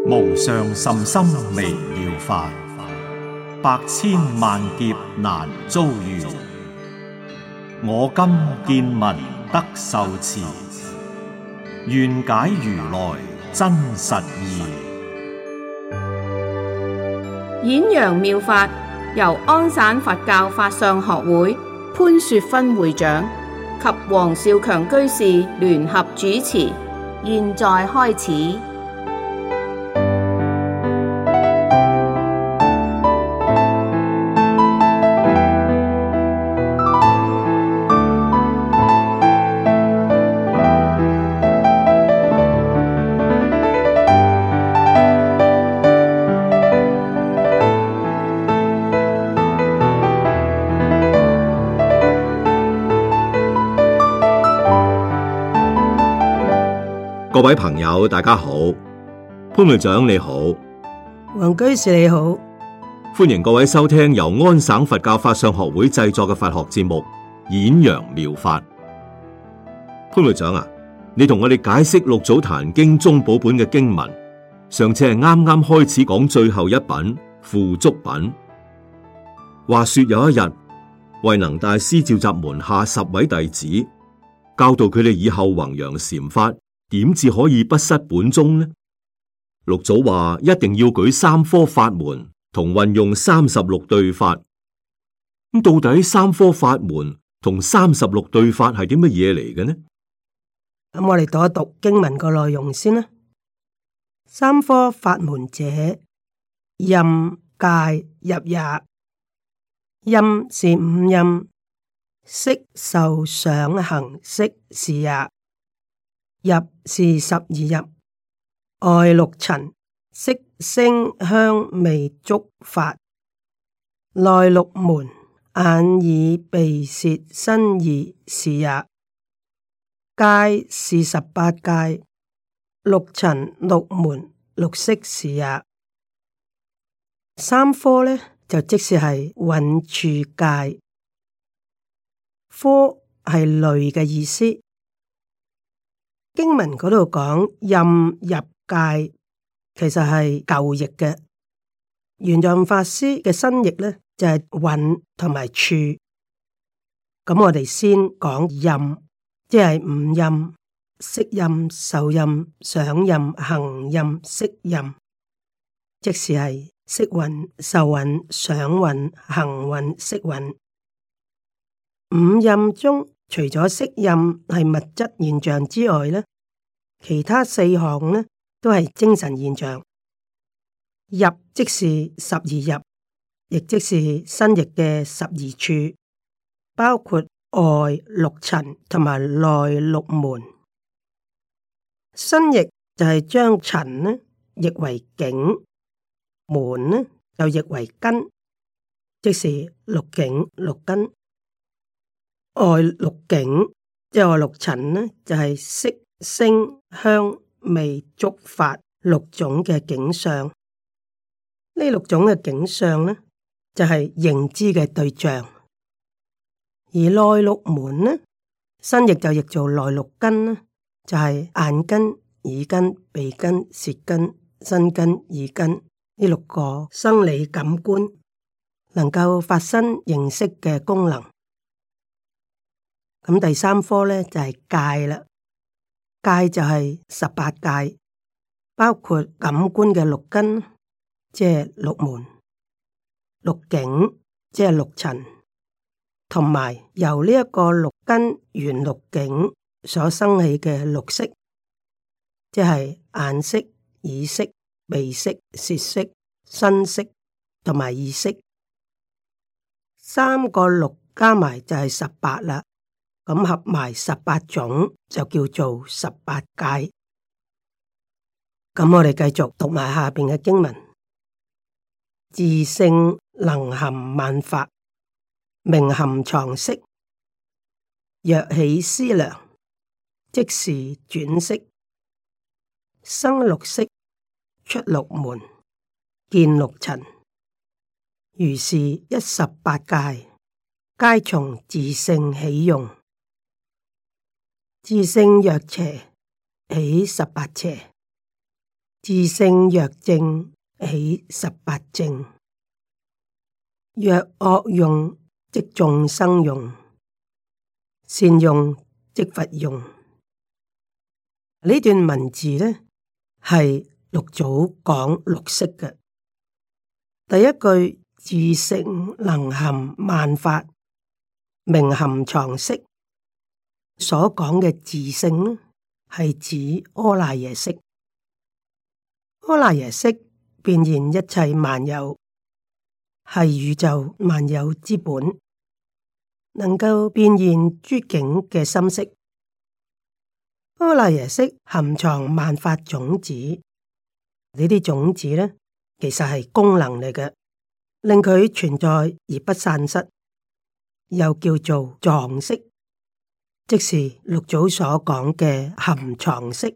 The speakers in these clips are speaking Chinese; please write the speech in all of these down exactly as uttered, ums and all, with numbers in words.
無上甚深微妙法，百千萬劫難遭遇。我今見聞得受持，願解如來真實義。 演揚妙法由安省佛教法相學會潘雪芬會長及黃少強居士聯合主持，現在開始。 各位朋友，大家好，潘會長你好， 黃居士你好， 歡迎各位收聽由安省佛教法相學會製作嘅佛學節目《演揚妙法》。潘會長啊，你同我哋解釋六祖壇經宗寶本嘅經文，上次係啱啱開始講最後一品付囑品。話說有一日，慧能大師召集門下十位弟子，教導佢哋以後弘揚禪法，點至可以不失本宗呢？六祖話一定要舉三科法門同運用三十六對法。咁到底三科法門同三十六對法係啲乜嘢嚟嘅呢？ 咁我哋讀一讀經文個內容先啦。三科法門者，任戒入也。任是五任，色受想行識是也。入是十二入，外六塵，色聲香味觸法，內六門，眼耳鼻舌身意是也。戒是十八界，六塵六門六識是也。三科呢，就即是係蘊處戒，科係類嘅意思。經文嗰度講任入戒，其實係舊譯嘅。玄奘法師嘅新譯呢，就係蘊同埋處。咁我哋先講任，即係五任：色任、受任、想任、行任、識任，即是係色蘊、受蘊、想蘊、行蘊、識蘊。五任中，除咗色任係物質現象之外呢，其他四項呢都係精神現象。入即是十二入，亦即是新譯嘅十二處，包括外六塵同埋內六門。新譯就係將塵呢譯為境，門呢就譯為根，即是六境六根。外六境即係話六塵呢，就係、是、色聲香味觸法六種嘅境相。呢六種嘅境相呢，就係、是、認知嘅對象。而內六門呢，新譯就譯做內六根呢，就係、是、眼根、耳根、鼻根、舌根、身根、意根呢六個生理感官能夠發生認識嘅功能。咁第三科呢，就係、是、戒啦，戒就係十八界，包括感官嘅六根，即係六門；六境，即係六塵，同埋由呢一個六根緣六境所生起嘅六識，即係眼識、耳識、鼻識、舌識、身識同埋意識，三個六加埋就係十八啦。咁合埋十八種就叫做十八界。咁我哋繼續讀埋下邊嘅經文：自性能含萬法，名含藏識。若起思量，即是轉識。生六識，出六門，見六塵。如是一十八界，皆從自性起用。自性若邪，起十八邪； 自性若正，起十八正。若惡用，即眾生用；善用，即佛用。呢段文字呢，係六祖講六識嘅。第一句，自性能含萬法，名含藏識。所講嘅自性呢，係指阿賴耶識。阿賴耶識變現一切萬有，係宇宙萬有之本，能夠變現諸境嘅心識。阿賴耶識含藏萬法種子，呢啲種子呢，其實係功能嚟嘅，令佢存在而不散失，又叫做藏識，即是六祖所講嘅含藏識。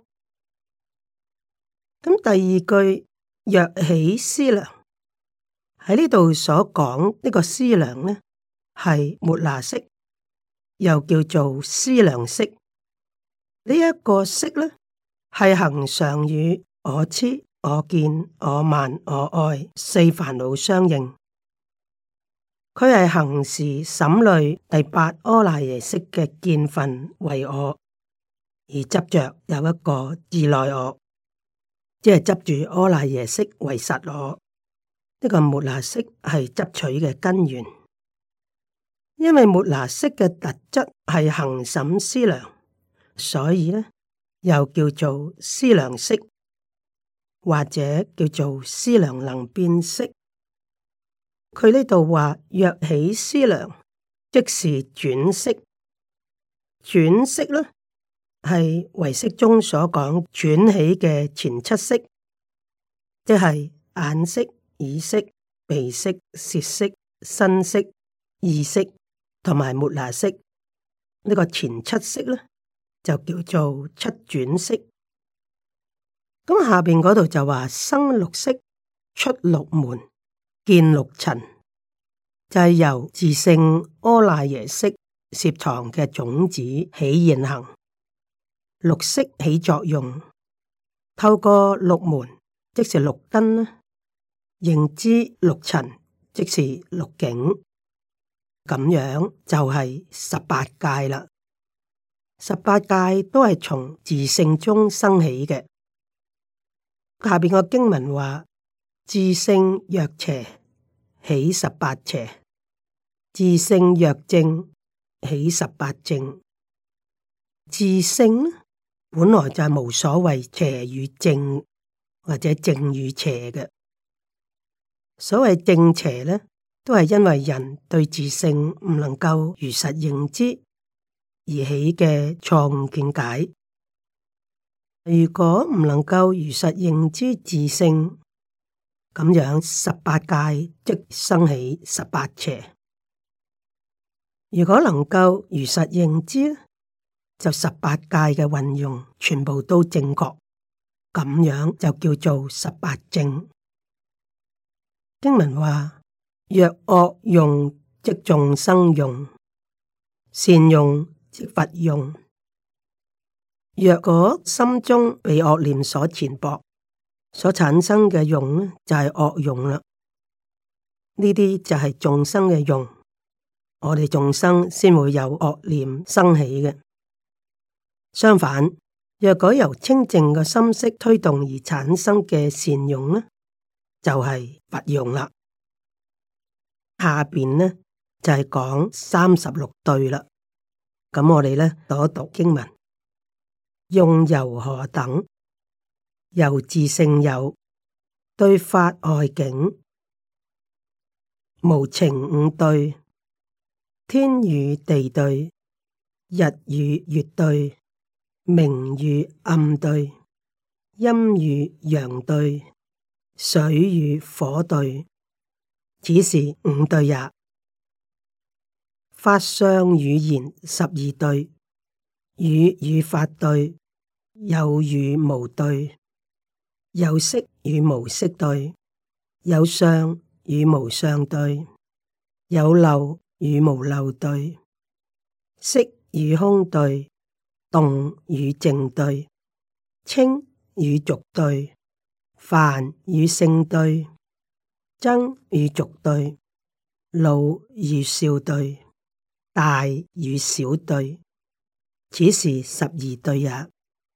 咁第二句，若起思量，喺呢度所講呢個思量呢，係末那識，又叫做思量識。呢、這、一個識呢，係行常與我癡、我見、我慢、我愛四煩惱相應。佢係行時審慮第八阿賴耶識嘅見分為我，而執着有一個自內我，即係執住阿賴耶識為實我。呢、這個末那識係執取嘅根源，因為末那識嘅特質係行審思量，所以呢又叫做思量識，或者叫做思量能變識。佢呢度話若起思量，即是轉識。轉識呢係唯識中所講轉起嘅前七識，即係眼識、耳識、鼻識、舌識、身識、意識同埋末那識。呢、這個前七識呢，就叫做七轉識。咁下邊嗰度就話生六識，出六門，見六塵，就係、是、由自性阿賴耶識攝藏嘅種子起現行，六識起作用，透過六門，即是六根啦，認知六塵，即是六境，咁樣就係十八界啦。十八界都係從自性中生起嘅。下邊個經文話：自性若邪，起十八邪；自性若正，起十八正。自性本來就係無所謂邪與正，或者正與邪嘅。所謂正邪呢，都係因為人對自性唔能夠如實認知而起嘅錯誤見解。如果唔能夠如實認知自性，咁樣十八界即生起十八邪。如果能夠如實認知，就十八界嘅運用全部都正確，咁樣就叫做十八正。經文話：若惡用，即眾生用；善用，即佛用。若果心中被惡念所纏縛，所產生嘅用呢，就係惡用啦。呢啲就係眾生嘅用，我哋眾生先會有惡念生起嘅。相反，若果由清淨嘅心識推動而產生嘅善用呢，就係佛用啦。下邊呢就係講三十六對啦。咁我哋呢讀一讀經文。用由何等？由自性有，對法外境，無情五對，天與地對，日與月對，明與暗對，陰與陽對，水與火對，此是五對也。法相語言十二對，語與法對，有與無對，有色與無色對，有相與無相對，有漏與無漏對，色與空對，動與靜對，清與濁對， 梵與聖對，僧與俗對，老與少對，大與小對，此是十二對也。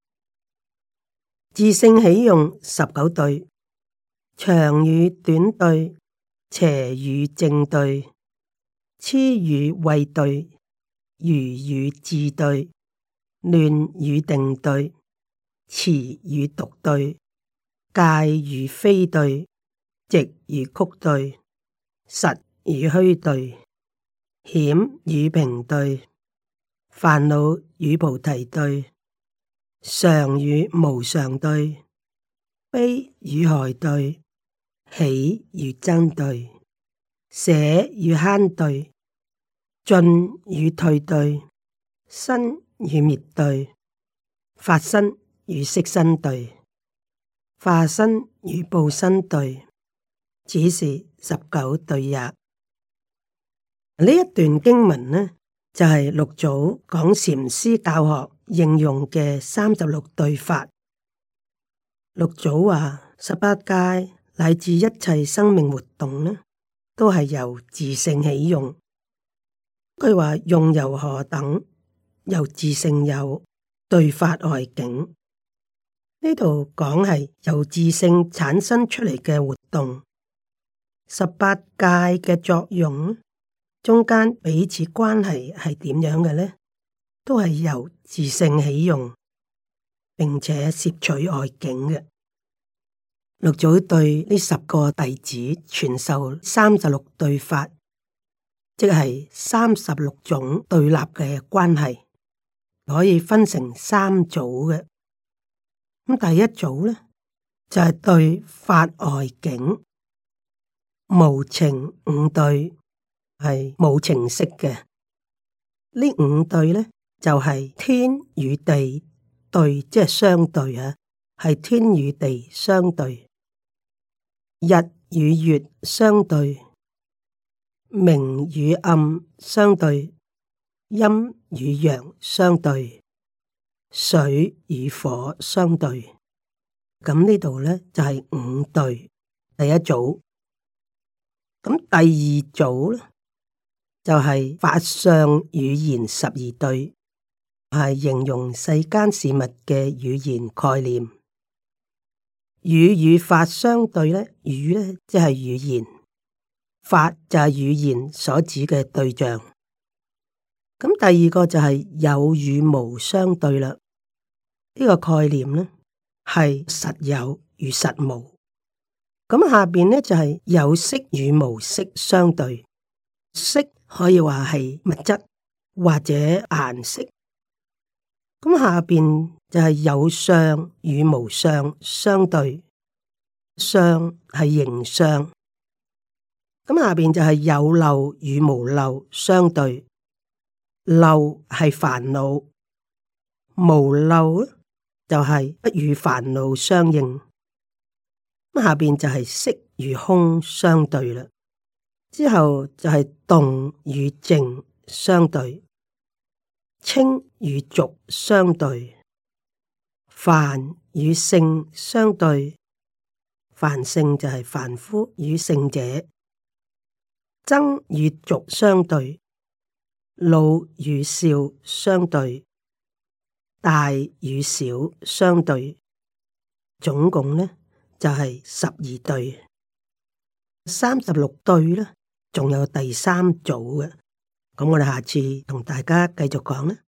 自性起用十九對，長與短對，邪與正對，痴與慧對，愚與智對，亂與定對，詞與獨對，戒與非對，直與曲對，實與虛對，險與平對，煩惱與菩提對，常與無常對，悲與害對，喜與憎對，捨與慳對，進與退對，生與滅對，法身與色身對，化身與報身對，此是十九對也。呢一段經文呢，就係、是、六祖講禪師教學應用嘅三十六對法。六祖話十八界乃至一切生命活動呢，都係由自性起用。佢話用由何等？由自性有，對法外境。呢度講係由自性產生出嚟嘅活動。十八界嘅作用，中間彼此關係係點樣嘅呢？都係由自性起用，並且攝取外境嘅。六祖對呢十個弟子傳授三十六對法，即係三十六種對立嘅關係，可以分成三組嘅。咁第一組呢，就係、是、對法外境，無情五對，係冇情識嘅。呢五對呢，就係、是、天與地對，即係相對啊，係天與地相對，日與月相對，明與暗相對，陰與陽相對，水與火相對。咁呢度呢，就係、是、五對，第一組。咁第二組呢，就係、是、法相語言十二對，係形容世間事物嘅語言概念。語與法相對呢，語呢即係語言，法就係語言所指嘅對象。咁第二個就係有與無相對啦。呢、這個概念呢，係實有與實無。咁下邊呢，就係、是、有色與無色相對，色可以話係物質或者顏色。咁下邊就係有相與無相相對，相係形相。咁下邊就係有漏與無漏相對，漏係煩惱，無漏就係不與煩惱相應。咁下邊就係色與空相對啦，之後就係動與靜相對，清與濁相對，凡與聖相對，凡聖就係凡夫與聖者，僧與俗相對，老與少相對，大與小相對，總共呢就係十二對。三十六對呢，仲有第三組嘅。咁我哋下次同大家繼續講啦。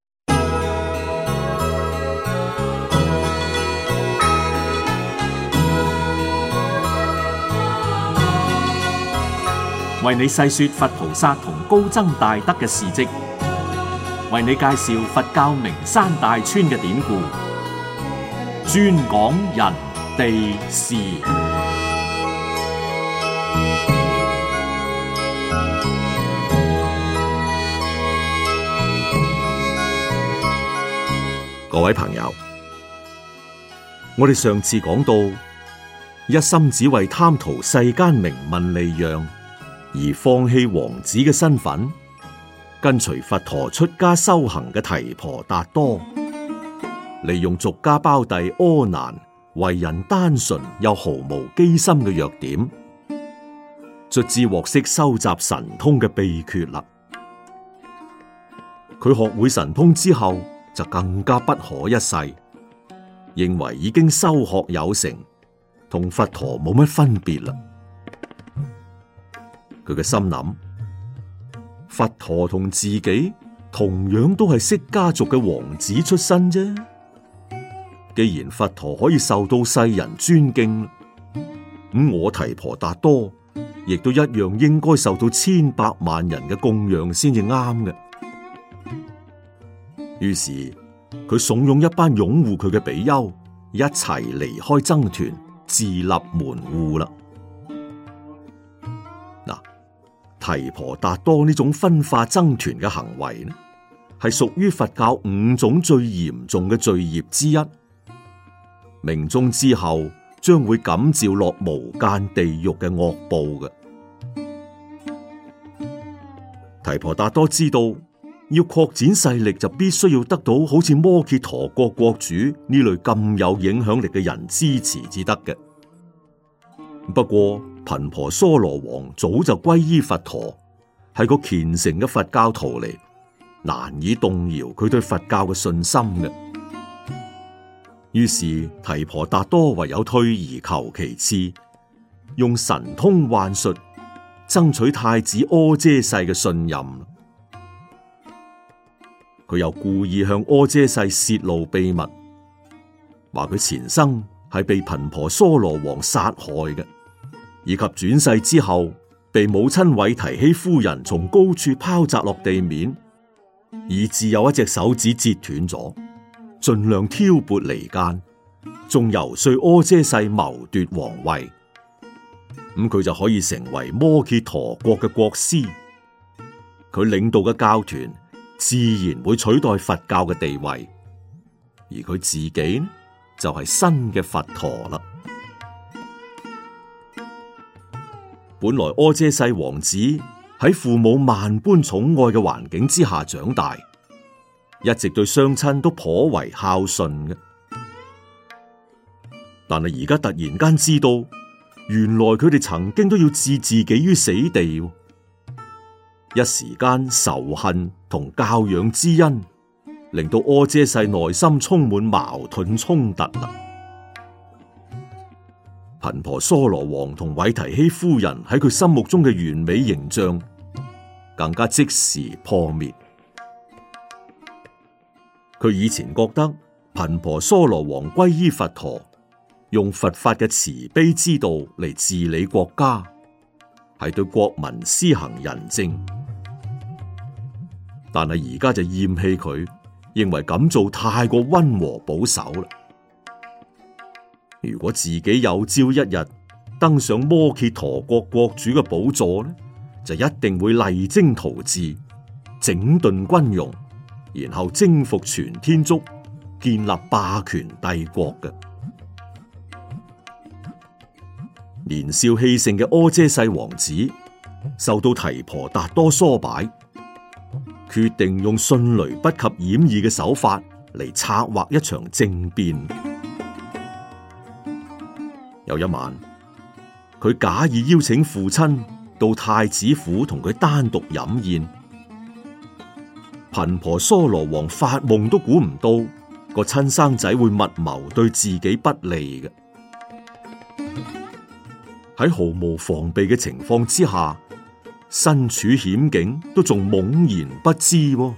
為你細說佛菩薩同高僧大德嘅事跡，為你介紹佛教名山大川嘅典故，專講人地事。 各位朋友，我哋上次講到，一心只為貪圖世間名聞利養而放棄王子嘅身份，跟隨佛陀出家修行嘅提婆達多，利用俗家胞弟阿難為人單純又毫無機心嘅弱點，卒之獲悉收集神通嘅秘訣啦。佢學會神通之後，就更加不可一世，認為已經修學有成，同佛陀冇乜分別啦。佢嘅心諗，佛陀同自己同樣都係釋家族嘅王子出身啫。既然佛陀可以受到世人尊敬，咁我提婆達多亦都一樣應該受到千百萬人嘅供養先至啱嘅。於是佢慫恿一班擁護佢嘅比丘一齊離開僧團，自立門戶啦。嗱，提婆達多呢種分化僧團嘅行為呢，係屬於佛教五種最嚴重嘅罪業之一。命終之後將會感召落無間地獄嘅惡報嘅。提婆達多知道要擴展勢力，就必須要得到好似摩羯陀國國主呢類咁有影響力嘅人支持至得嘅。不過頻婆娑羅王早就皈依佛陀，係個虔誠嘅佛教徒嚟，難以動搖佢對佛教嘅信心嘅。於是提婆達多唯有退而求其次，用神通幻術爭取太子阿闍世嘅信任。佢又故意向阿闍世泄露秘密，話佢前生係被頻婆娑羅王殺害嘅，以及轉世之後被母親韋提希夫人從高處拋擲落地面，以致有一隻手指折斷咗，盡量挑撥離間，仲游說阿闍世謀奪皇位，咁佢就可以成為摩羯陀國嘅國師。佢領導嘅教團自然會取代佛教嘅地位，而佢自己呢，就係新嘅佛陀啦。本來阿闍世王子喺父母萬般寵愛嘅環境之下長大，一直對雙親都頗為孝順嘅。但係而家突然間知道，原來佢哋曾經都要置自己於死地，一時間仇恨同教養之恩，令到阿闍世內心充滿矛盾衝突啦。頻婆娑羅王同韋提希夫人喺佢心目中嘅完美形象，更加即時破滅。佢以前覺得頻婆娑羅王皈依佛陀，用佛法嘅慈悲之道嚟治理國家，係對國民施行仁政。但係而家就厭棄佢，認為咁做太過溫和保守啦。如果自己有朝一日登上摩羯陀國國主嘅寶座呢，就一定會勵精圖治，整頓軍容，然後征服全天竺，建立霸權帝國嘅。年少氣盛嘅阿闍世王子受到提婆達多唆擺，決定用迅雷不及掩耳嘅手法嚟策劃一場政變。有一晚，佢假意邀請父親到太子府同佢單獨飲宴。頻婆娑羅王發夢都估唔到個親生仔會密謀對自己不利嘅。喺毫無防備嘅情況之下，身處險境都仲懵然不知喎。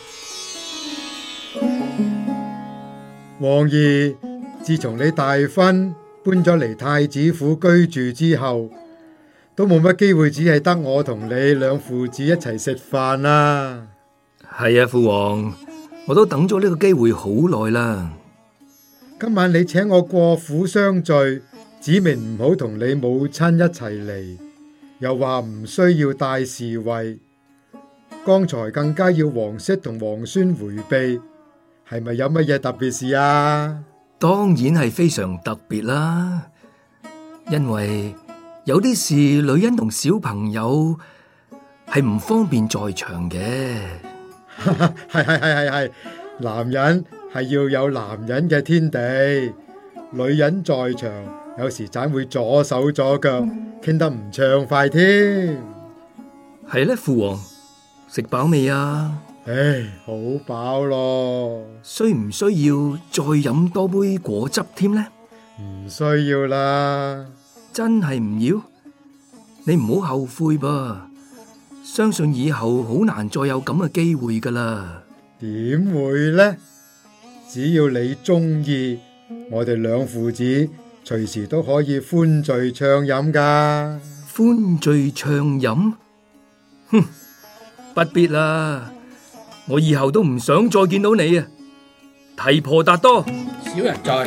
王兒，自從你大婚搬咗嚟太子府居住之後，都冇乜機會，只係得我同你兩父子一齊食飯啦。 係啊，父王，我都等咗呢個機會好耐啦。 今晚你請我過府相聚，指明唔好同你母親一齊嚟，又話唔需要帶侍衛，剛才更加要皇室同皇孫迴避，係咪有乜嘢特別事啊？ 當然係非常特別啦，因為有啲事女人同小朋友係唔方便在場嘅。係係係係係，男人係要有男人嘅天地， 女人在場，有時盞會左手左腳，傾得唔暢快添。 係咧，父王食飽未啊？ 唉，好飽咯。 需唔需要再飲多杯果汁添呢？ 唔需要啦。 真係唔要？你唔好後悔噃，相信以後好難再有咁嘅機會噶啦。 點會呢？只要你中意，我哋兩父子隨時都可以歡聚暢飲噶。 歡聚暢飲？哼，不必啦，我以後都唔想再見到你啊！提婆達多， 小人在。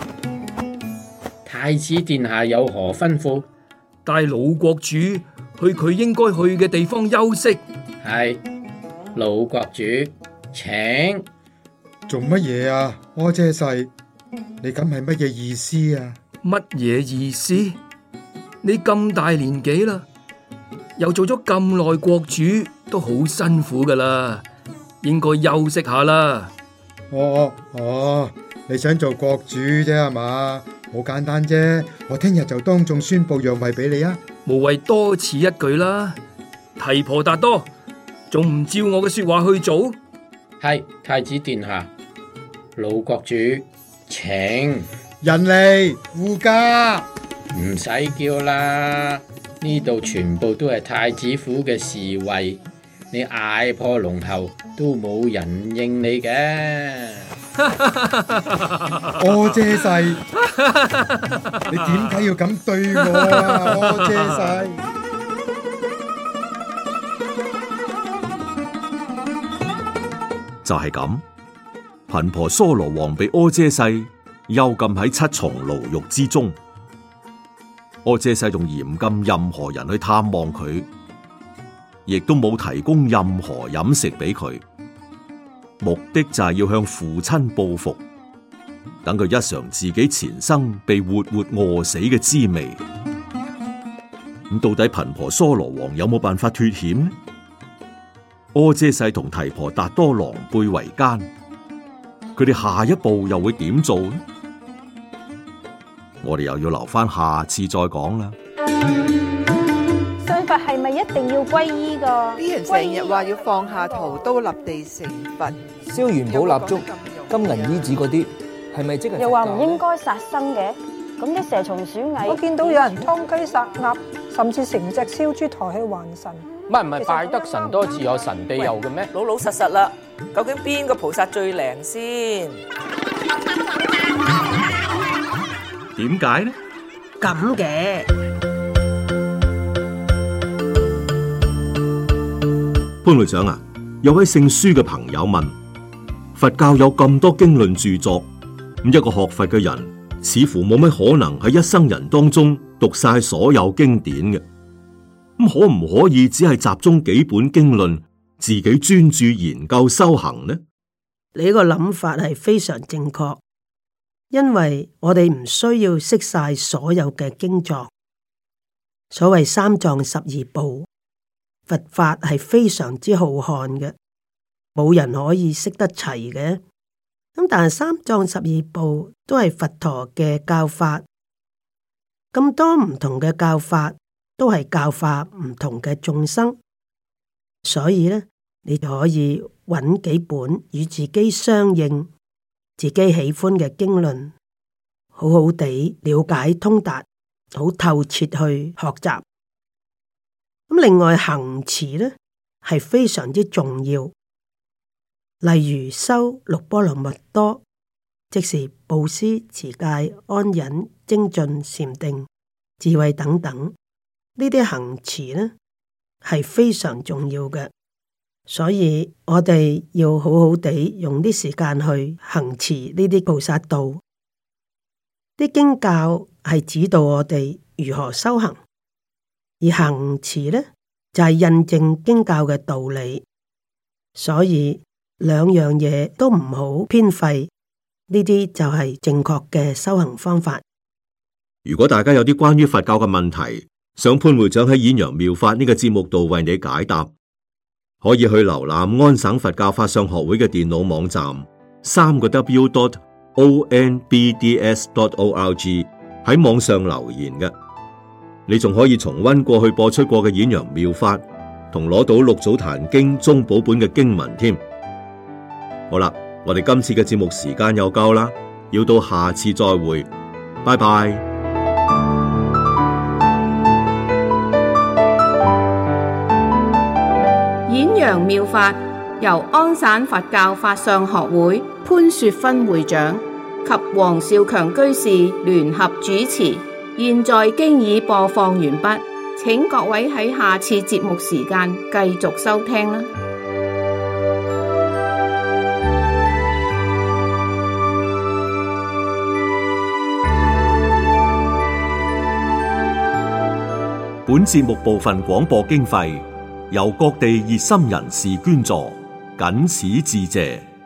太子殿下有何吩咐？ 帶老國主去佢應該去嘅地方休息。 係，老國主，請。 做乜嘢啊？阿闍世，你咁係乜嘢意思啊？ 乜嘢意思？你咁大年紀啦，又做咗咁耐國主，都好辛苦噶啦，應該休息下啦。 哦哦，你想做國主啫係嘛？好簡單啫，我聽日就當眾宣布讓位俾你啊！ 無謂多此一舉啦。提婆達多，仲唔照我嘅說話去做？ 係，太子殿下，老國主，請。 人嚟護駕， 唔使叫啦，呢度全部都係太子府嘅侍衛，你嗌破龍喉都冇人應你嘅。 阿闍世，你點解要咁對我啊？阿闍世， 就係咁，頻婆娑羅王被阿闍世幽禁喺七重牢獄之中。阿闍世仲嚴禁任何人去探望佢，亦都冇提供任何飲食俾佢，目的就係要向父親報復，等佢一嘗自己前生被活活餓死嘅滋味。咁到底頻婆娑羅王有冇辦法脫險呢？阿闍世同提婆達多狼狽為奸，佢哋下一步又會點做呢？我哋又要留翻下，下次再講啦。 信佛係咪一定要皈依噶？ 啲人成日話要放下屠刀立地成佛， 燒元寶蠟燭、金銀衣紙嗰啲，係咪即係？ 又話唔應該殺生嘅，咁啲蛇蟲鼠蟻， 我見到有人劏雞殺鴨，甚至成隻燒豬抬去還神。 唔係唔係，拜得神多自有神庇佑嘅咩？ 老老實實啦，究竟邊個菩薩最靈先？ 點解呢？ 咁嘅潘會長啊，有位姓舒嘅朋友問：佛教有咁多經論著作，咁一個學佛嘅人似乎冇乜可能喺一生人當中讀晒所有經典嘅，咁可唔可以只係集中幾本經論，自己專注研究修行呢？ 你呢個諗法係非常正確。因為我哋唔需要識晒所有嘅經作，所謂三藏十二部，佛法係非常之浩瀚嘅，冇人可以識得齊嘅。咁但係三藏十二部都係佛陀嘅教法，咁多唔同嘅教法都係教化唔同嘅眾生，所以呢，你就可以揾幾本與自己相應，自己喜歡嘅經論，好好地了解通達，好透徹去學習。咁另外行持呢係非常之重要，例如修六波羅蜜多，即是布施、持戒、安忍、精進、禪定、智慧等等，呢啲行持呢係非常重要嘅。所以我哋要好好地用啲時間去行持呢啲菩薩道。啲經教係指導我哋如何修行，而行持呢就係印證經教嘅道理。所以兩樣嘢都唔好偏廢，呢啲就係正確嘅修行方法。 如果大家有啲關於佛教嘅問題，想潘會長喺演揚妙法呢個節目度為你解答，可以去瀏覽安省佛教法相學會嘅電腦網站，三個 W dot o n b d s dot o r g 喺網上留言嘅。你仲可以重溫過去播出過嘅演揚妙法，同攞到六祖壇經宗寶本嘅經文添。好啦，我哋今次嘅節目時間又夠啦，要到下次再會，拜拜。 演揚妙法由安省佛教法相學會潘雪芬會長及黃少強居士聯合主持，現在經已播放完畢，請各位喺下次節目時間繼續收聽啦。 本節目部分廣播經費由各地熱心人士捐助，謹此致謝。